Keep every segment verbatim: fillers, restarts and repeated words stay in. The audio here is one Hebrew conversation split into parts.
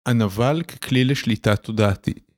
הנבל ככלי לשליטה תודעתית.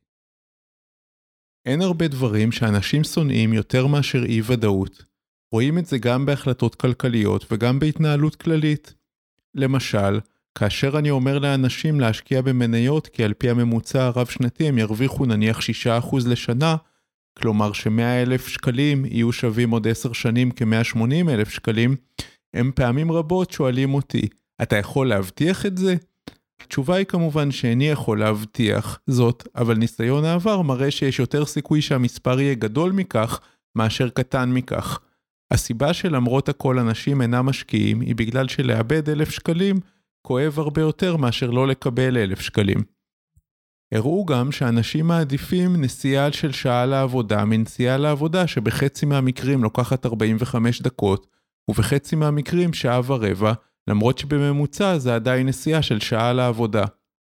אין הרבה דברים שאנשים שונאים יותר מאשר אי ודאות. רואים את זה גם בהחלטות כלכליות וגם בהתנהלות כללית. למשל, כאשר אני אומר לאנשים להשקיע במניות כי על פי הממוצע הרב שנתי הם ירוויחו נניח שישה אחוז לשנה, כלומר ש-מאה אלף שקלים יהיו שווים עוד עשר שנים כ-מאה ושמונים אלף שקלים, הם פעמים רבות שואלים אותי, אתה יכול להבטיח את זה? התשובה היא כמובן שאיני יכול להבטיח זאת, אבל ניסיון העבר מראה שיש יותר סיכוי שהמספר יהיה גדול מכך מאשר קטן מכך. הסיבה שלמרות הכל אנשים אינם משקיעים היא בגלל שלאבד אלף שקלים כואב הרבה יותר מאשר לא לקבל אלף שקלים. הראו גם שאנשים מעדיפים נסיעה של שעה לעבודה מנסיעה לעבודה שבחצי מהמקרים לוקחת ארבעים וחמש דקות ובחצי מהמקרים שעה ורבע, למרות שבממוצע זה עדיין נסיעה של שעה לעבודה.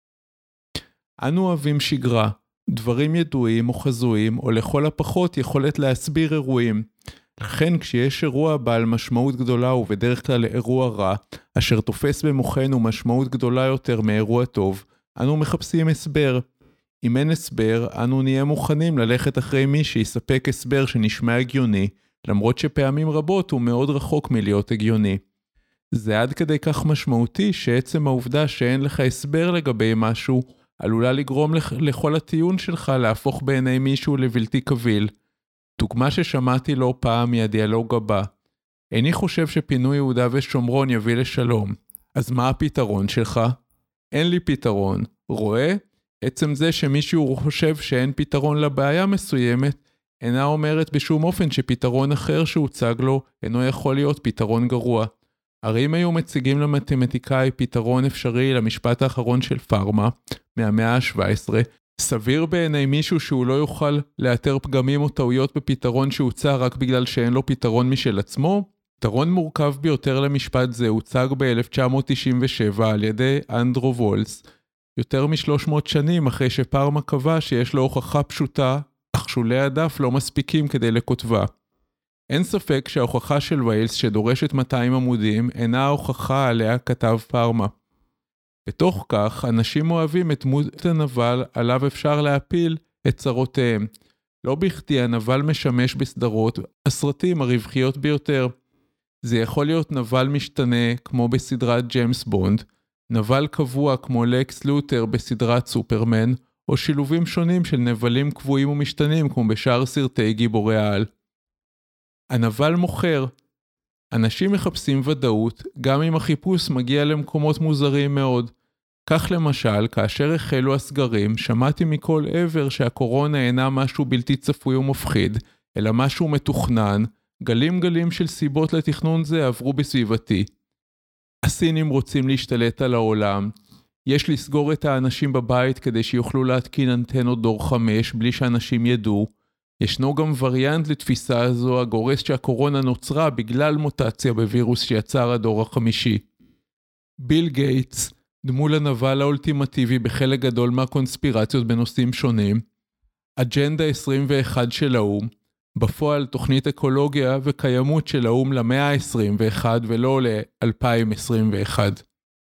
אנו אוהבים שגרה, דברים ידועים או חזויים או לכל הפחות יכולת להסביר אירועים. לכן כשיש אירוע בעל משמעות גדולה ובדרך כלל אירוע רע, אשר תופס במוחנו משמעות גדולה יותר מאירוע טוב, אנו מחפשים הסבר. אם אין הסבר, אנו נהיה מוכנים ללכת אחרי מי שיספק הסבר שנשמע הגיוני, למרות שפעמים רבות הוא מאוד רחוק מלהיות הגיוני. זה עד כדי כך משמעותי שעצם העובדה שאין לך הסבר לגבי משהו, עלולה לגרום לכ- לכל הטיעון שלך להפוך בעיני מישהו לבלתי קביל. דוגמה ששמעתי לא פעם היא הדיאלוג הבא. איני חושב שפינוי יהודה ושומרון יביא לשלום. אז מה הפתרון שלך? אין לי פתרון. רואה? עצם זה שמישהו חושב שאין פתרון לבעיה מסוימת, אינה אומרת בשום אופן שפתרון אחר שהוצג לו אינו יכול להיות פתרון גרוע. הרי אם היו מציגים למתמטיקאי פתרון אפשרי למשפט האחרון של פארמה, מהמאה ה-שבע עשרה, סביר בעיני מישהו שהוא לא יוכל לאתר פגמים או טעויות בפתרון שהוצע רק בגלל שאין לו פתרון משל עצמו? פתרון מורכב ביותר למשפט זה הוצג ב-אלף תשע מאות תשעים ושבע על ידי אנדרו וולס, יותר מ-שלוש מאות שנים אחרי שפארמה קבע שיש לו הוכחה פשוטה, אך שולי הדף לא מספיקים כדי לכותבה. אין ספק שההוכחה של ויילס שדורשת מאתיים עמודים אינה ההוכחה עליה כתב פארמה. בתוך כך, אנשים אוהבים את דמות הנבל עליו אפשר להפיל את צרותיהם. לא בכדי הנבל משמש בסדרות הסרטים הרווחיות ביותר. זה יכול להיות נבל משתנה כמו בסדרת ג'יימס בונד, נבל קבוע כמו לקס לותר בסדרת סופרמן, או שילובים שונים של נבלים קבועים ומשתנים כמו בשאר סרטי גיבורי העל. הנבל מוכר. אנשים מחפשים ודאות, גם אם החיפוש מגיע למקומות מוזרים מאוד. כך למשל, כאשר החלו הסגרים, שמעתי מכל עבר שהקורונה אינה משהו בלתי צפוי ומפחיד, אלא משהו מתוכנן, גלים גלים של סיבות לתכנון זה עברו בסביבתי. הסינים רוצים להשתלט על העולם. יש לסגור את האנשים בבית כדי שיוכלו להתקין אנטנות דור חמש בלי שאנשים ידעו. ישנו גם וריאנט לתפיסה הזו הגורס שהקורונה נוצרה בגלל מוטציה בווירוס שיצר הדור החמישי. ביל גייטס, דמול הנבל האולטימטיבי בחלק גדול מהקונספירציות בנושאים שונים, אג'נדה עשרים ואחת של האום, בפועל תוכנית אקולוגיה וקיימות של האום למאה ה-עשרים ואחת ולא ל-אלפיים עשרים ואחת.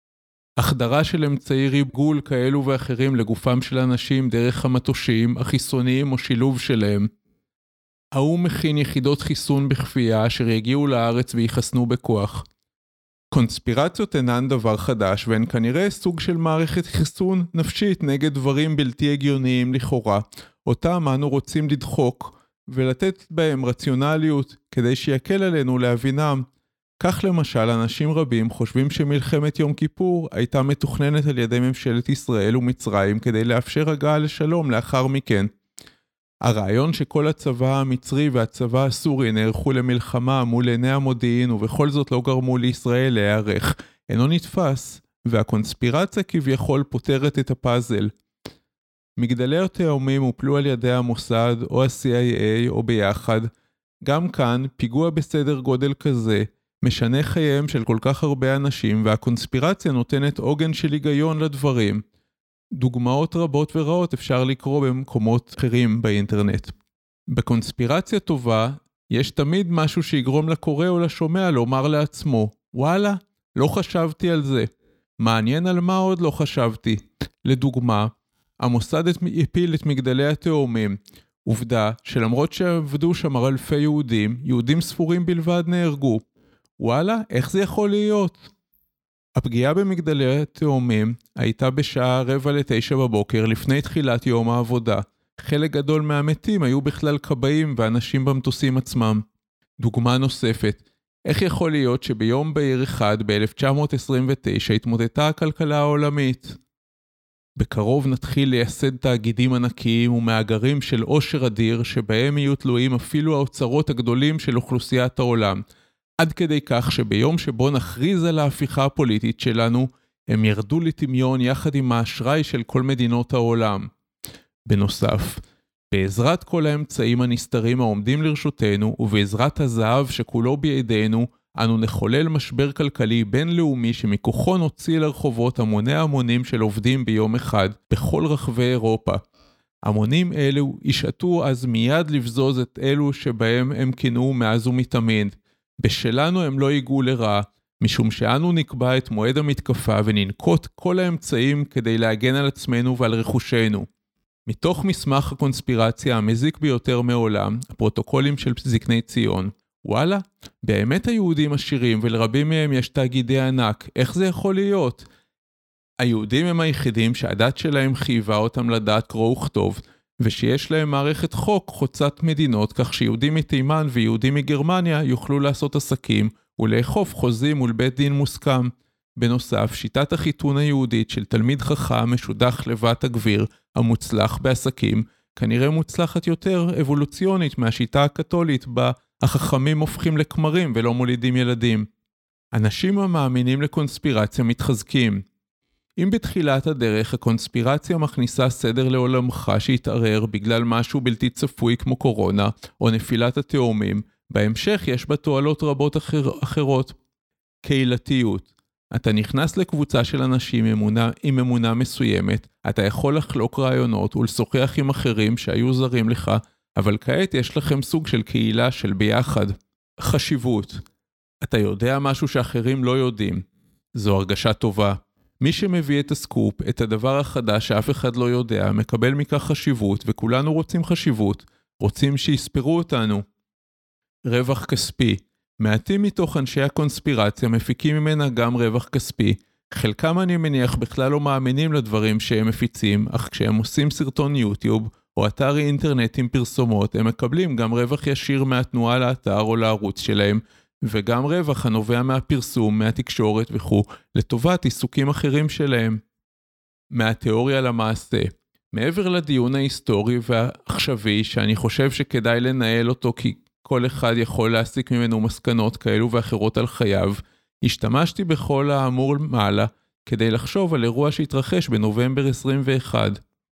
החדרה של אמצעי ריגול כאלו ואחרים לגופם של אנשים דרך המטושים, החיסוניים או שילוב שלהם. האום מכין יחידות חיסון בכפייה אשר יגיעו לארץ ויחסנו בכוח. קונספירציות אינן דבר חדש והן כנראה סוג של מערכת חיסון נפשית נגד דברים בלתי הגיוניים לכאורה, אותם אנו רוצים לדחוק ולתת בהם רציונליות כדי שיקל עלינו להבינם. כך למשל אנשים רבים חושבים שמלחמת יום כיפור הייתה מתוכננת על ידי ממשלת ישראל ומצרים כדי לאפשר הגעה לשלום לאחר מכן. הרעיון שכל הצבא המצרי והצבא הסורי נערכו למלחמה מול עיני המודיעין ובכל זאת לא גרמו לישראל להיערך אינו נתפס, והקונספירציה כביכול פותרת את הפאזל. מגדלי התאומים הופלו על ידי המוסד או ה-סי איי איי או ביחד. גם כאן פיגוע בסדר גודל כזה משנה חייהם של כל כך הרבה אנשים והקונספירציה נותנת עוגן של היגיון לדברים. דוגמאות רבות ורעות אפשר לקרוא במקומות אחרים באינטרנט. בקונספירציה טובה יש תמיד משהו שיגרום לקורא או לשומע לומר לעצמו, וואלה, לא חשבתי על זה. מעניין על מה עוד לא חשבתי. לדוגמה, המוסד הפיל את מגדלי התאומים. עובדה שלמרות שעבדו שם אלפי יהודים, יהודים ספורים בלבד נהרגו. וואלה, איך זה יכול להיות? הפגיעה במגדלי התאומים הייתה בשעה רבע לתשע בבוקר לפני תחילת יום העבודה. חלק גדול מהמתים היו בכלל קבעים ואנשים במטוסים עצמם. דוגמה נוספת, איך יכול להיות שביום בהיר אחד ב-אלף תשע מאות עשרים ותשע התמוטטה הכלכלה העולמית? בקרוב נתחיל לייסד תאגידים ענקיים ומאגרים של עושר אדיר שבהם יהיו תלויים אפילו האוצרות הגדולים של אוכלוסיית העולם. עד כדי כך שביום שבו נכריז על ההפיכה הפוליטית שלנו, הם ירדו לטמיון יחד עם האשראי של כל מדינות העולם. בנוסף, בעזרת כל האמצעים הנסתרים העומדים לרשותנו, ובעזרת הזהב שכולו בידינו, אנו נחולל משבר כלכלי בינלאומי שמכוחו נוציא לרחובות המוני המונים של עובדים ביום אחד, בכל רחבי אירופה. המונים אלו ישעטו אז מיד לבזוז את אלו שבהם הם כינו מאז ומתמיד. בשלנו הם לא ייגעו לרע, משום שאנו נקבע את מועד המתקפה וננקוט כל האמצעים כדי להגן על עצמנו ועל רכושנו. מתוך מסמך הקונספירציה המזיק ביותר מעולם, הפרוטוקולים של זקני ציון, וואלה, באמת היהודים עשירים ולרבים מהם יש תאגידי ענק, איך זה יכול להיות? היהודים הם היחידים שהדת שלהם חייבה אותם לדעת קרוא וכתוב, ושיש להם מערכת חוק חוצת מדינות, כך שיהודים מתימן ויהודים מגרמניה יוכלו לעשות עסקים ולאכוף חוזים מול בית דין מוסכם. בנוסף, שיטת החיתון היהודית של תלמיד חכם משודח לבת הגביר המוצלח בעסקים, כנראה מוצלחת יותר אבולוציונית מהשיטה הקתולית בה החכמים הופכים לכמרים ולא מולידים ילדים. אנשים המאמינים לקונספירציה מתחזקים. אם בתחילת הדרך הקונספירציה מכניסה סדר לעולמך שהתערער בגלל משהו בלתי צפוי כמו קורונה או נפילת התאומים, בהמשך יש בה תועלות רבות אחר, אחרות. קהילתיות. אתה נכנס לקבוצה של אנשים אמונה, עם אמונה מסוימת, אתה יכול לחלוק רעיונות ולשוחח עם אחרים שהיו זרים לך, אבל כעת יש לכם סוג של קהילה של ביחד. חשיבות. אתה יודע משהו שאחרים לא יודעים. זו הרגשה טובה. מי שמביא את הסקופ, את הדבר החדש שאף אחד לא יודע, מקבל מכך חשיבות, וכולנו רוצים חשיבות, רוצים שיספרו אותנו. רווח כספי. מעטים מתוך אנשי הקונספירציה מפיקים ממנה גם רווח כספי. חלקם אני מניח בכלל לא מאמינים לדברים שהם מפיצים, אך כשהם עושים סרטון יוטיוב או אתר אינטרנט עם פרסומות, הם מקבלים גם רווח ישיר מהתנועה לאתר או לערוץ שלהם, וגם רווח הנובע מהפרסום, מהתקשורת וכו', לטובת עיסוקים אחרים שלהם. מהתיאוריה למעשה. מעבר לדיון ההיסטורי והעכשווי, שאני חושב שכדאי לנהל אותו כי כל אחד יכול להסיק ממנו מסקנות כאלו ואחרות על חייו, השתמשתי בכל האמור מעלה כדי לחשוב על אירוע שהתרחש בנובמבר עשרים ואחת.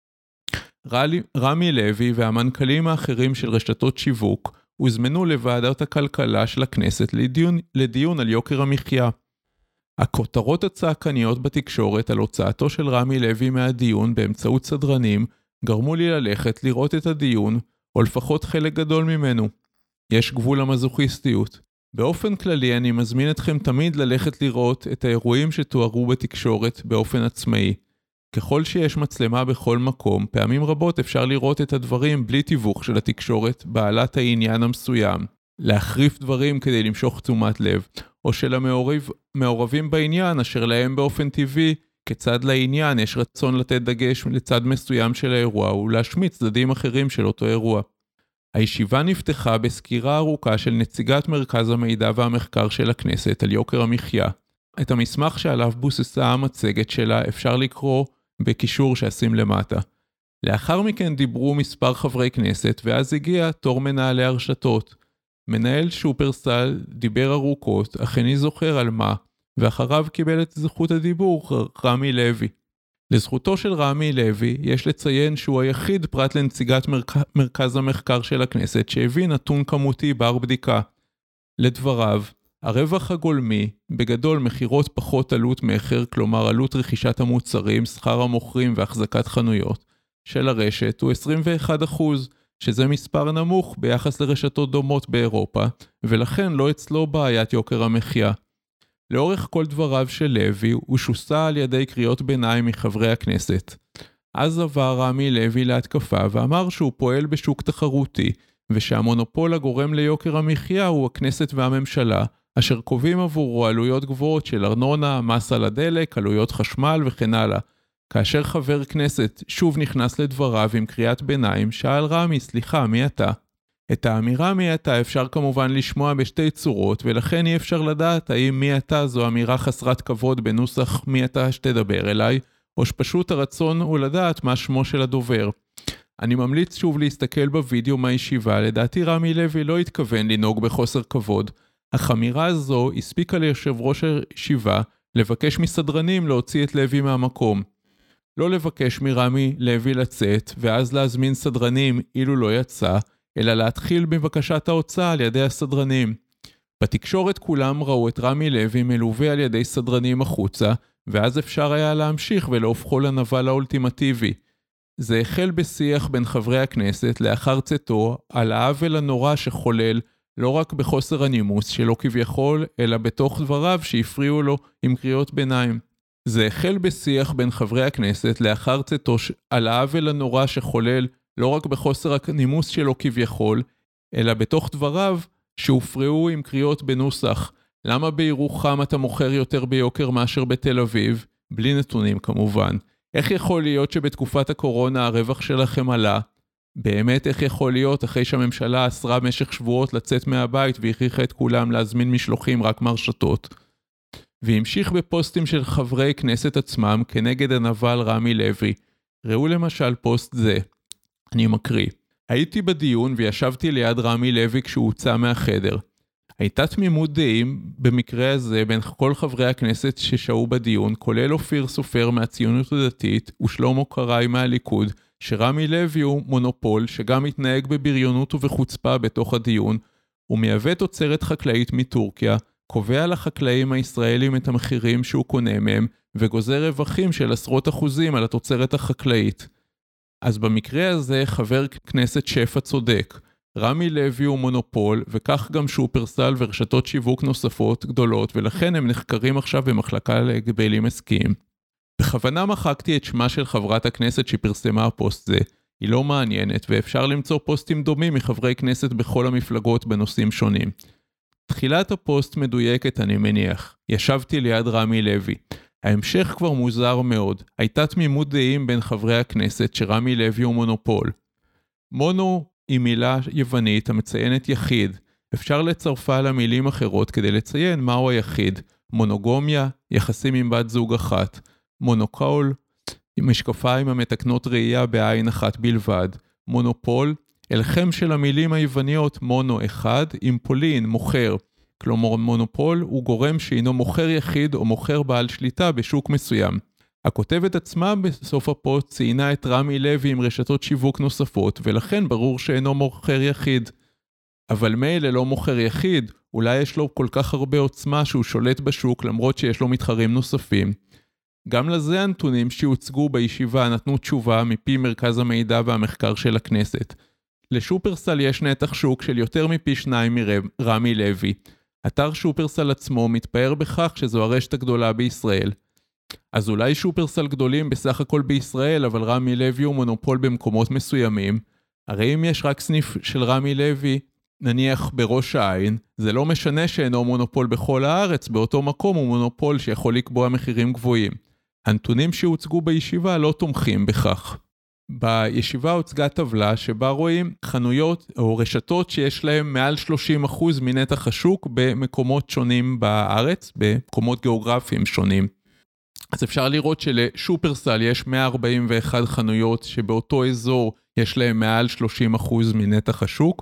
רמי לוי והמנכ"לים האחרים של רשתות שיווק הוזמנו לוועדת הכלכלה של הכנסת לדיון, לדיון על יוקר המחיה. הכותרות הצעקניות בתקשורת על הוצאתו של רמי לוי מהדיון באמצעות סדרנים גרמו לי ללכת לראות את הדיון, או לפחות חלק גדול ממנו. יש גבול למזוכיסטיות. באופן כללי אני מזמין אתכם תמיד ללכת לראות את האירועים שתוארו בתקשורת באופן עצמאי. ככל שיש מצלמה בכל מקום, פעמים רבות אפשר לראות את הדברים בלי תיווך של התקשורת בעלת העניין המסוים. להחריף דברים כדי למשוך תשומת לב, או של המעורבים בעניין אשר להם באופן טבעי, כצד לעניין יש רצון לתת דגש לצד מסוים של האירוע ולהשמיץ צדדים אחרים של אותו אירוע. הישיבה נפתחה בסקירה ארוכה של נציגת מרכז המידע והמחקר של הכנסת על יוקר המחיה. את המסמך שעליו בוססה המצגת שלה אפשר לקרוא בקישור שעשים למטה. לאחר מכן דיברו מספר חברי כנסת ואז הגיע תור מנהלי הרשתות. מנהל שופרסל דיבר ארוכות, אך איני זוכר על מה, ואחריו קיבל את זכות הדיבור רמי לוי. לזכותו של רמי לוי יש לציין שהוא היחיד פרט לנציגת מרכ... מרכז המחקר של הכנסת שהביא נתון כמותי בר בדיקה. לדבריו, הרווח הגולמי, בגדול מחירות פחות עלות מחר, כלומר עלות רכישת המוצרים, שכר המוכרים והחזקת חנויות, של הרשת הוא עשרים ואחד אחוז, שזה מספר נמוך ביחס לרשתות דומות באירופה, ולכן לא אצלו בעיית יוקר המחיה. לאורך כל דבריו של לוי הוא שוסה על ידי קריאות ביניים מחברי הכנסת. אז עבר רמי לוי להתקפה ואמר שהוא פועל בשוק תחרותי, ושהמונופול הגורם ליוקר המחיה הוא הכנסת והממשלה, אשר קובעים עבורו עלויות גבוהות של ארנונה, מס על הדלק, עלויות חשמל וכן הלאה. כאשר חבר כנסת שוב נכנס לדבריו עם קריאת ביניים, שאל רמי, סליחה, מי אתה? את האמירה מי אתה אפשר כמובן לשמוע בשתי צורות, ולכן אי אפשר לדעת האם מי אתה זו אמירה חסרת כבוד בנוסח מי אתה שתדבר אליי, או שפשוט הרצון הוא לדעת מה שמו של הדובר. אני ממליץ שוב להסתכל בווידאו מהישיבה, לדעתי רמי לוי לא התכוון לנהוג בחוסר כבוד. החמירה הזו הספיקה ליושב ראש הישיבה לבקש מסדרנים להוציא את לוי מהמקום. לא לבקש מרמי לוי לצאת ואז להזמין סדרנים אילו לא יצא, אלא להתחיל בבקשת ההוצאה על ידי הסדרנים. בתקשורת כולם ראו את רמי לוי מלווה על ידי סדרנים החוצה, ואז אפשר היה להמשיך ולהופכו לנבל האולטימטיבי. זה החל בשיח בין חברי הכנסת לאחר צאתו על העוול הנורא שחולל לא רק בחוסר הנימוס שלו כביכול, אלא בתוך דבריו שהפריעו לו עם קריאות ביניים. זה החל בשיח בין חברי הכנסת לאחר צאתו על העוול הנורא שחולל לא רק בחוסר הנימוס שלו כביכול, אלא בתוך דבריו שהופרעו עם קריאות בנוסח. למה בירוחם אתה מוכר יותר ביוקר מאשר בתל אביב? בלי נתונים כמובן. איך יכול להיות שבתקופת הקורונה הרווח שלכם עלה? באמת איך יכול להיות אחרי שהממשלה אסרה במשך שבועות לצאת מהבית והכריחה את כולם להזמין משלוחים רק מהרשתות? והמשיך בפוסטים של חברי כנסת עצמם כנגד הנבל רמי לוי. ראו למשל פוסט זה. אני מקריא. הייתי בדיון וישבתי ליד רמי לוי כשהוא הוצא מהחדר. הייתה תמימות דעים במקרה הזה בין כל חברי הכנסת ששהו בדיון, כולל אופיר סופר מהציונות הדתית ושלמה קרעי מהליכוד, שרמי לוי הוא מונופול שגם מתנהג בבריונות ובחוצפה בתוך הדיון, הוא מייבא תוצרת חקלאית מטורקיה, קובע לחקלאים הישראלים את המחירים שהוא קונה מהם, וגוזר רווחים של עשרות אחוזים על התוצרת החקלאית. אז במקרה הזה חבר כנסת שפע צודק. רמי לוי הוא מונופול, וכך גם שופרסל ורשתות שיווק נוספות גדולות, ולכן הם נחקרים עכשיו במחלקה להגבלים עסקיים. בכוונה מחקתי את שמה של חברת הכנסת שפרסמה הפוסט זה. היא לא מעניינת, ואפשר למצוא פוסטים דומים מחברי כנסת בכל המפלגות בנושאים שונים. תחילת הפוסט מדויקת, אני מניח. ישבתי ליד רמי לוי. ההמשך כבר מוזר מאוד. הייתה תמימות דעים בין חברי הכנסת שרמי לוי הוא מונופול. מונו היא מילה יוונית המציינת יחיד. אפשר לצרפה לה מילים אחרות כדי לציין מהו היחיד. מונוגומיה, יחסים עם בת זוג אחת. מונוקול, משקפיים המתקנות ראייה בעין אחת בלבד. מונופול, אלחם של המילים היווניות מונו אחד עם פולין, מוכר. כלומר מונופול הוא גורם שאינו מוכר יחיד או מוכר בעל שליטה בשוק מסוים. הכותבת עצמה בסוף הפוסט ציינה את רמי לוי עם רשתות שיווק נוספות, ולכן ברור שאינו מוכר יחיד. אבל מילא לא מוכר יחיד, אולי יש לו כל כך הרבה עוצמה שהוא שולט בשוק למרות שיש לו מתחרים נוספים. גם לזה הנתונים שהוצגו בישיבה נתנו תשובה מפי מרכז המידע והמחקר של הכנסת. לשופרסל יש נתח שוק של יותר מפי שניים מרמי לוי. אתר שופרסל עצמו מתפאר בכך שזו הרשת הגדולה בישראל. אז אולי שופרסל גדולים בסך הכל בישראל, אבל רמי לוי הוא מונופול במקומות מסוימים. הרי אם יש רק סניף של רמי לוי, נניח בראש העין, זה לא משנה שאינו מונופול בכל הארץ, באותו מקום הוא מונופול שיכול לקבוע מחירים גבוהים. הנתונים שהוצגו בישיבה לא תומכים בכך. בישיבה הוצגה טבלה שבה רואים חנויות או רשתות שיש להם מעל שלושים אחוז מנתח השוק במקומות שונים בארץ, במקומות גיאוגרפיים שונים. אז אפשר לראות שלשופרסל יש מאה ארבעים ואחת חנויות שבאותו אזור יש להם מעל שלושים אחוז מנתח השוק.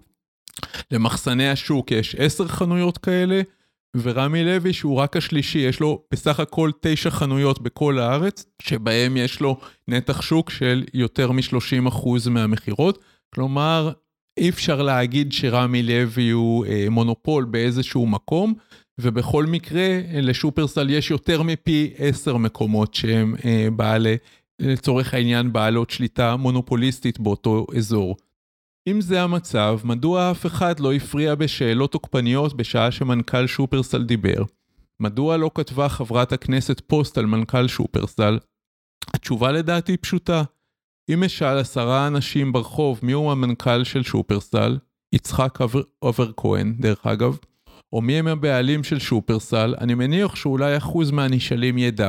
למחסני השוק יש עשר חנויות כאלה, ורמי לוי שהוא רק השלישי, יש לו בסך הכל תשע חנויות בכל הארץ, שבהם יש לו נתח שוק של יותר מ-שלושים אחוז מהמחירות. כלומר, אי אפשר להגיד שרמי לוי הוא אה, מונופול באיזשהו מקום, ובכל מקרה לשופרסל יש יותר מפי עשר מקומות שהם אה, בעלי, לצורך העניין בעלות שליטה מונופוליסטית באותו אזור. אם זה המצב, מדוע אף אחד לא הפריע בשאלות תוקפניות בשעה שמנכ"ל שופרסל דיבר? מדוע לא כתבה חברת הכנסת פוסט על מנכ"ל שופרסל? התשובה לדעתי פשוטה. אם אשאל עשרה אנשים ברחוב מי הוא המנכ"ל של שופרסל, יצחק אובר כהן דרך אגב, או מי הם הבעלים של שופרסל, אני מניח שאולי אחוז מהנשאלים ידע.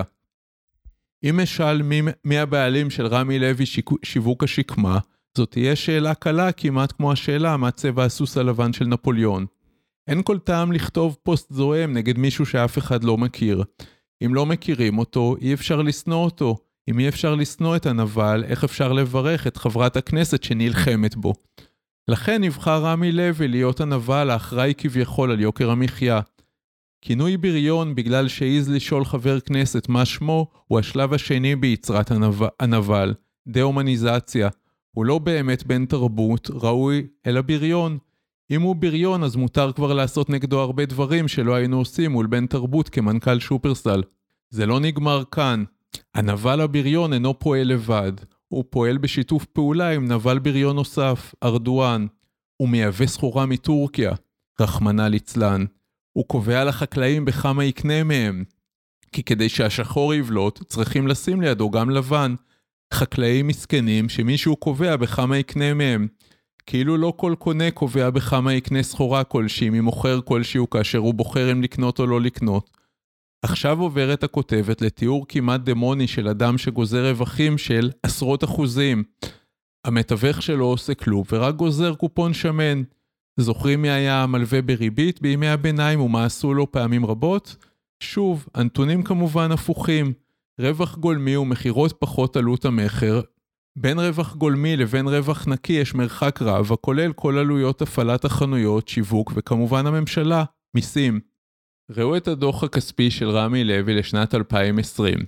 אם אשאל מי, מי הבעלים של רמי לוי שיווק השקמה, זאת תהיה שאלה קלה כמעט כמו השאלה מה צבע הסוס הלבן של נפוליאון. אין כל טעם לכתוב פוסט זוהם נגד מישהו שאף אחד לא מכיר. אם לא מכירים אותו, אי אפשר לסנוע אותו. אם אי אפשר לסנוע את הנבל, איך אפשר לברך את חברת הכנסת שנלחמת בו? לכן נבחר רמי לוי להיות הנבל האחראי כביכול על יוקר המחיה. כינוי בריון בגלל שהעיז לשאול חבר כנסת מה שמו, הוא השלב השני ביצירת הנבל, דה-הומניזציה. הוא לא באמת בן תרבות, ראוי, אלא בריון. אם הוא בריון, אז מותר כבר לעשות נגדו הרבה דברים שלא היינו עושים מול בן תרבות כמנכ"ל שופרסל. זה לא נגמר כאן. הנבל הבריון אינו פועל לבד. הוא פועל בשיתוף פעולה עם נבל בריון נוסף, ארדואן. הוא מייבא סחורה מטורקיה, רחמנא ליצלן. הוא קובע לחקלאים בכמה יקנה מהם. כי כדי שהשחור יבלוט, צריכים לשים לידו גם לבן. חקלאים מסכנים שמישהו קובע בכמה יקנה מהם. כאילו לא כל קונה קובע בכמה יקנה סחורה כלשהי ממוכר כלשהו כאשר הוא בוחר אם לקנות או לא לקנות. עכשיו עוברת הכותבת לתיאור כמעט דמוני של אדם שגוזר רווחים של עשרות אחוזים. המתווך שלו עושה כלוב ורק גוזר קופון שמן. זוכרים מי היה המלווה בריבית בימי הביניים ומה עשו לו פעמים רבות? שוב, הנתונים כמובן הפוכים. רווח גולמי ומחירות פחות עלות המחר. בין רווח גולמי לבין רווח נקי יש מרחק רב, הכולל כל עלויות הפעלת החנויות, שיווק וכמובן הממשלה, מיסים. ראו את הדוח הכספי של רמי לוי לשנת אלפיים ועשרים.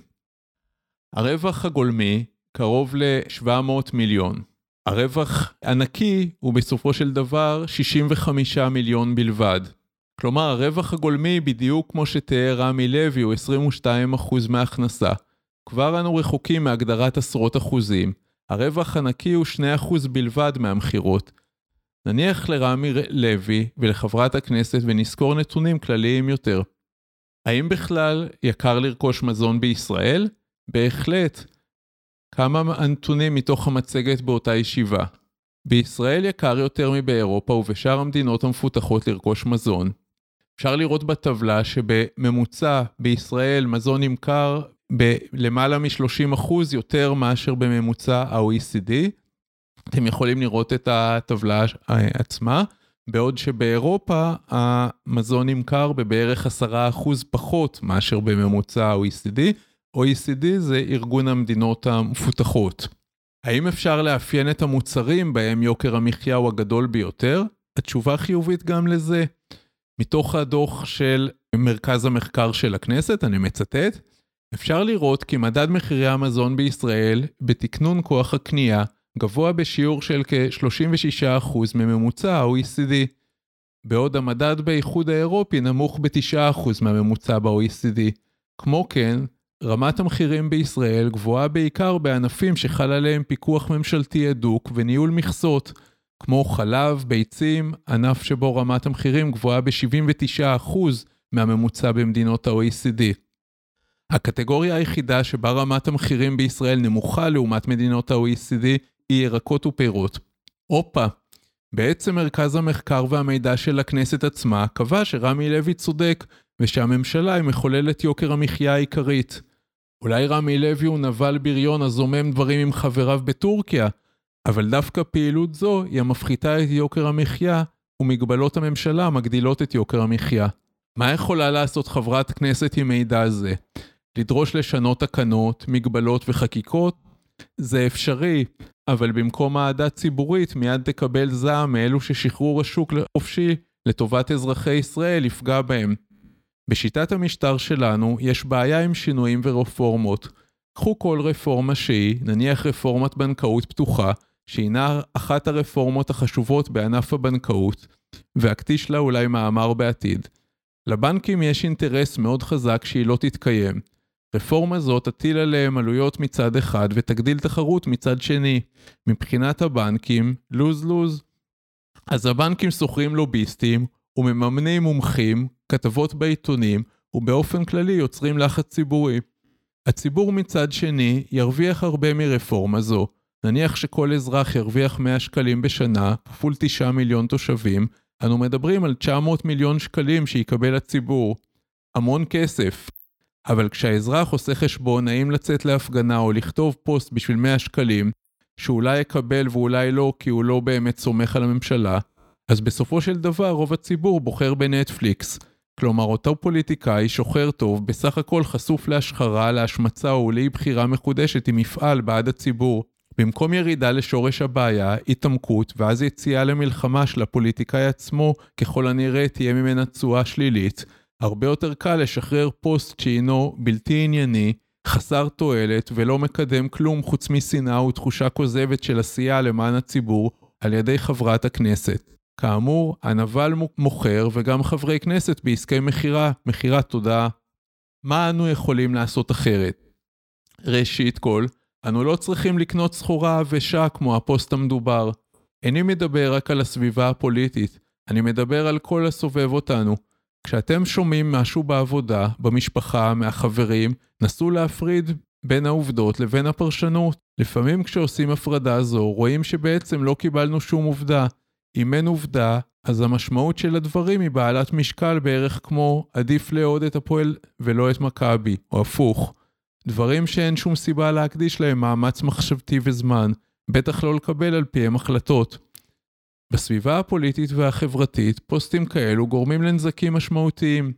הרווח הגולמי קרוב ל-שבע מאות מיליון. הרווח הנקי הוא בסופו של דבר שישים וחמישה מיליון בלבד. כלומר, הרווח הגולמי בדיוק כמו שתיאר רמי לוי הוא עשרים ושתיים אחוז מההכנסה. כבר אנו רחוקים מהגדרת עשרות אחוזים. הרווח הנקי הוא שני אחוז בלבד מהמחירות. נניח לרמי לוי ולחברת הכנסת ונזכור נתונים כלליים יותר. האם בכלל יקר לרכוש מזון בישראל? בהחלט. כמה הנתונים מתוך המצגת באותה ישיבה. בישראל יקר יותר מבאירופה ובשאר המדינות המפותחות לרכוש מזון. אפשר לראות בטבלה שבממוצע בישראל מזון נמכר בלמעלה מ-שלושים אחוז יותר מאשר בממוצע ה-או אי סי די. אתם יכולים לראות את הטבלה עצמה, בעוד שבאירופה המזון נמכר בבערך עשרה אחוז פחות מאשר בממוצע ה-או אי סי די. או אי סי די זה ארגון המדינות המפותחות. האם אפשר לאפיין את המוצרים בהם יוקר המחיה הוא הגדול ביותר? התשובה חיובית גם לזה. מתוך הדוח של מרכז המחקר של הכנסת, אני מצטט, אפשר לראות כי מדד מחירי המזון בישראל בתקנון כוח הקנייה גבוה בשיעור של כ-שלושים ושישה אחוז מממוצע ה-או אי סי די, בעוד המדד באיחוד האירופי נמוך ב-תשעה אחוז מהממוצע ב-או אי סי די. כמו כן, רמת המחירים בישראל גבוהה בעיקר בענפים שחל עליהם פיקוח ממשלתי הדוק וניהול מכסות, כמו חלב, ביצים, ענף שבו רמת המחירים גבוהה ב-שבעים ותשעה אחוז מהממוצע במדינות ה-או אי סי די. הקטגוריה היחידה שבה רמת המחירים בישראל נמוכה לעומת מדינות ה-או אי סי די היא ירקות ופירות. אופה, בעצם מרכז המחקר והמידע של הכנסת עצמה קבע שרמי לוי צודק ושהממשלה היא מחוללת יוקר המחיה העיקרית. אולי רמי לוי הוא נבל בריון הזומם דברים עם חבריו בטורקיה, אבל דווקא פעילות זו היא המפחיתה את יוקר המחיה ומגבלות הממשלה מגדילות את יוקר המחיה. מה יכולה לעשות חברת כנסת עם מידע זה? לדרוש לשנות תקנות, מגבלות וחקיקות? זה אפשרי, אבל במקום העדה ציבורית מיד תקבל זעם מאלו ששחרור השוק לחופשי לטובת אזרחי ישראל יפגע בהם. בשיטת המשטר שלנו יש בעיה עם שינויים ורפורמות. קחו כל רפורמה שהיא, נניח רפורמת בנקאות פתוחה, שהינה אחת הרפורמות החשובות בענף הבנקאות, והקטיש לה אולי מאמר בעתיד. לבנקים יש אינטרס מאוד חזק שהיא לא תתקיים. רפורמה זאת תטיל עליהם עלויות מצד אחד ותגדיל תחרות מצד שני. מבחינת הבנקים, לוז-לוז. אז הבנקים שוכרים לוביסטים ומממנים מומחים, כתבות בעיתונים ובאופן כללי יוצרים לחץ ציבורי. הציבור מצד שני ירוויח הרבה מרפורמה זו. נניח שכל אזרח ירוויח מאה שקלים בשנה, כפול תשעה מיליון תושבים, אנו מדברים על תשע מאות מיליון שקלים שיקבל הציבור. המון כסף. אבל כשהאזרח עושה חשבון האם לצאת להפגנה או לכתוב פוסט בשביל מאה שקלים, שאולי יקבל ואולי לא כי הוא לא באמת סומך על הממשלה, אז בסופו של דבר רוב הציבור בוחר בנטפליקס. כלומר, אותו פוליטיקאי שוחר טוב בסך הכל חשוף להשחרה, להשמצה או לאי בחירה מחודשת עם מפעל בעד הציבור. במקום ירידה לשורש הבעיה, התעמקות ואז יציאה למלחמה של הפוליטיקאי עצמו, ככל הנראה תהיה ממנה תשואה שלילית. הרבה יותר קל לשחרר פוסט שהינו בלתי ענייני, חסר תועלת ולא מקדם כלום חוץ משנאה ותחושה כוזבת של עשייה למען הציבור על ידי חברת הכנסת. כאמור, הנבל מוכר וגם חברי כנסת בעסקי מחירה, מחירת תודעה. מה אנו יכולים לעשות אחרת? ראשית כל, אנו לא צריכים לקנות סחורה ושעה כמו הפוסט המדובר. איני מדבר רק על הסביבה הפוליטית, אני מדבר על כל הסובב אותנו. כשאתם שומעים משהו בעבודה, במשפחה, מהחברים, נסו להפריד בין העובדות לבין הפרשנות. לפעמים כשעושים הפרדה זו, רואים שבעצם לא קיבלנו שום עובדה. אם אין עובדה, אז המשמעות של הדברים היא בעלת משקל בערך כמו עדיף לעוד את הפועל ולא את מכבי, או הפוך. דברים שאין שום סיבה להקדיש להם מאמץ מחשבתי וזמן, בטח לא לקבל על פיהם החלטות. בסביבה הפוליטית והחברתית, פוסטים כאלו גורמים לנזקים משמעותיים.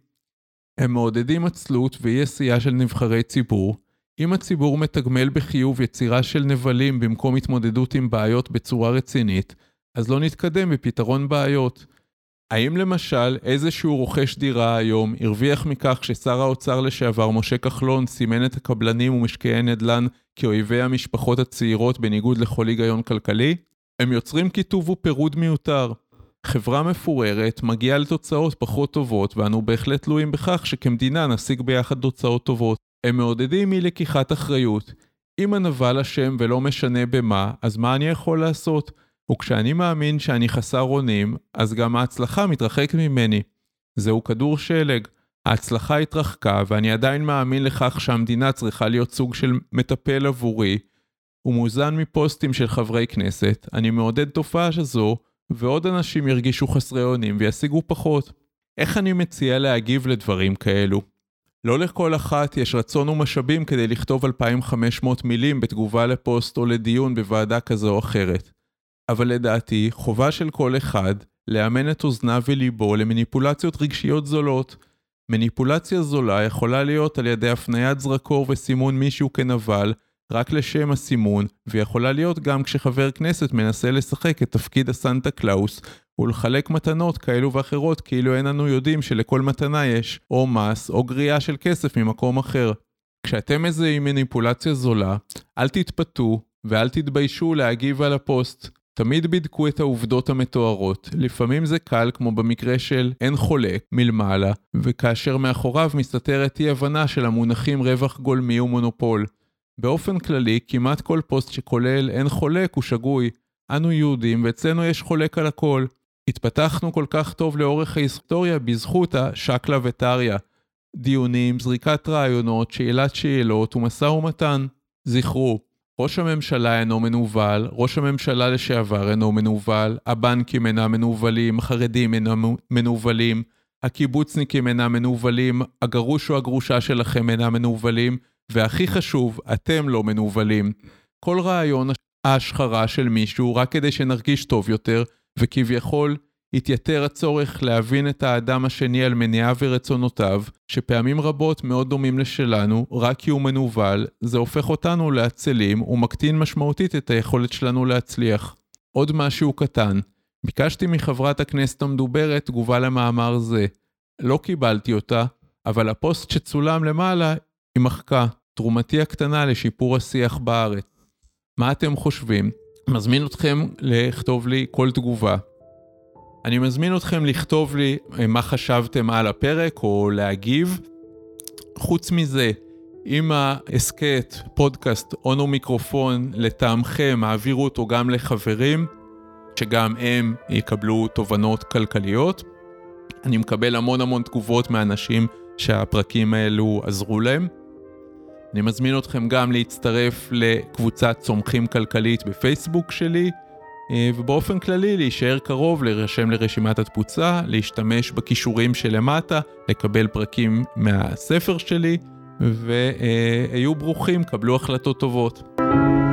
הם מעודדים עצלות ואי עשייה של נבחרי ציבור. אם הציבור מתגמל בחיוב יצירה של נבלים במקום התמודדות עם בעיות בצורה רצינית, אז לא נתקדם בפתרון בעיות. האם למשל איזשהו רוכש דירה היום הרוויח מכך ששר האוצר לשעבר משה כחלון סימן את הקבלנים ומשקיעי נדל"ן כאויבי המשפחות הצעירות בניגוד לכל היגיון כלכלי? הם יוצרים כיתוב ופירוד מיותר. חברה מפוררת מגיעה לתוצאות פחות טובות ואנו בהחלט תלויים בכך שכמדינה נשיג ביחד תוצאות טובות. הם מעודדים מלקיחת אחריות. אם הנבל אשם ולא משנה במה, אז מה אני יכול לעשות? וכשאני מאמין שאני חסר אונים, אז גם ההצלחה מתרחקת ממני. זהו כדור שלג. ההצלחה התרחקה, ואני עדיין מאמין לכך שהמדינה צריכה להיות סוג של מטפל עבורי, ומוזן מפוסטים של חברי כנסת. אני מעודד תופעה שזו, ועוד אנשים ירגישו חסרי אונים וישיגו פחות. איך אני מציע להגיב לדברים כאלו? לא לכל אחת יש רצון ומשאבים כדי לכתוב אלפיים וחמש מאות מילים בתגובה לפוסט או לדיון בוועדה כזו או אחרת. אבל לדעתי, חובה של כל אחד לאמן את אוזניו וליבו למניפולציות רגשיות זולות. מניפולציה זולה יכולה להיות על ידי הפניית זרקור וסימון מישהו כנבל רק לשם הסימון, ויכולה להיות גם כשחבר כנסת מנסה לשחק את תפקיד הסנטה קלאוס ולחלק מתנות כאלו ואחרות כאילו אין אנו יודעים שלכל מתנה יש או מס או גריעה של כסף ממקום אחר. כשאתם מזהים מניפולציה זולה, אל תתפתו ואל תתביישו להגיב על הפוסט. תמיד בדקו את העובדות המתוארות. לפעמים זה קל כמו במקרה של אין חולק מלמעלה, וכאשר מאחוריו מסתתרת אי הבנה של המונחים רווח גולמי ומונופול. באופן כללי, כמעט כל פוסט שכולל אין חולק הוא שגוי. אנו יהודים ואצלנו יש חולק על הכל. התפתחנו כל כך טוב לאורך ההיסטוריה בזכות השקלה וטריה. דיונים, זריקת רעיונות, שאלת שאלות ומשא ומתן. זכרו, ראש הממשלה אינו מנוול, ראש הממשלה לשעבר אינו מנוול, הבנקים אינם מנוולים, החרדים אינם מנוולים, הקיבוצניקים אינם מנוולים, הגרוש או הגרושה שלכם אינם מנוולים, והכי חשוב, אתם לא מנוולים. כל רעיון ההשחרה של מישהו רק כדי שנרגיש טוב יותר, וכביכול יתייתר הצורך להבין את האדם השני על מניעיו ורצונותיו, שפעמים רבות מאוד דומים לשלנו, רק כי הוא מנוול, זה הופך אותנו לעצלים ומקטין משמעותית את היכולת שלנו להצליח. עוד משהו קטן, ביקשתי מחברת הכנסת המדוברת תגובה למאמר זה. לא קיבלתי אותה, אבל הפוסט שצולם למעלה היא מחקה, תרומתי הקטנה לשיפור השיח בארץ. מה אתם חושבים? מזמין אתכם לכתוב לי כל תגובה. אני מזמין אתכם לכתוב לי מה חשבתם על הפרק או להגיב. חוץ מזה, אם העסקת, פודקאסט, אונו מיקרופון לטעמכם, מעבירו אותו גם לחברים, שגם הם יקבלו תובנות כלכליות. אני מקבל המון המון תגובות מאנשים שהפרקים האלו עזרו להם. אני מזמין אתכם גם להצטרף לקבוצת צומחים כלכלית בפייסבוק שלי, ובאופן כללי להישאר קרוב, להירשם לרשימת התפוצה, להשתמש בכישורים שלמטה, לקבל פרקים מהספר שלי, והיו ברוכים, קבלו החלטות טובות.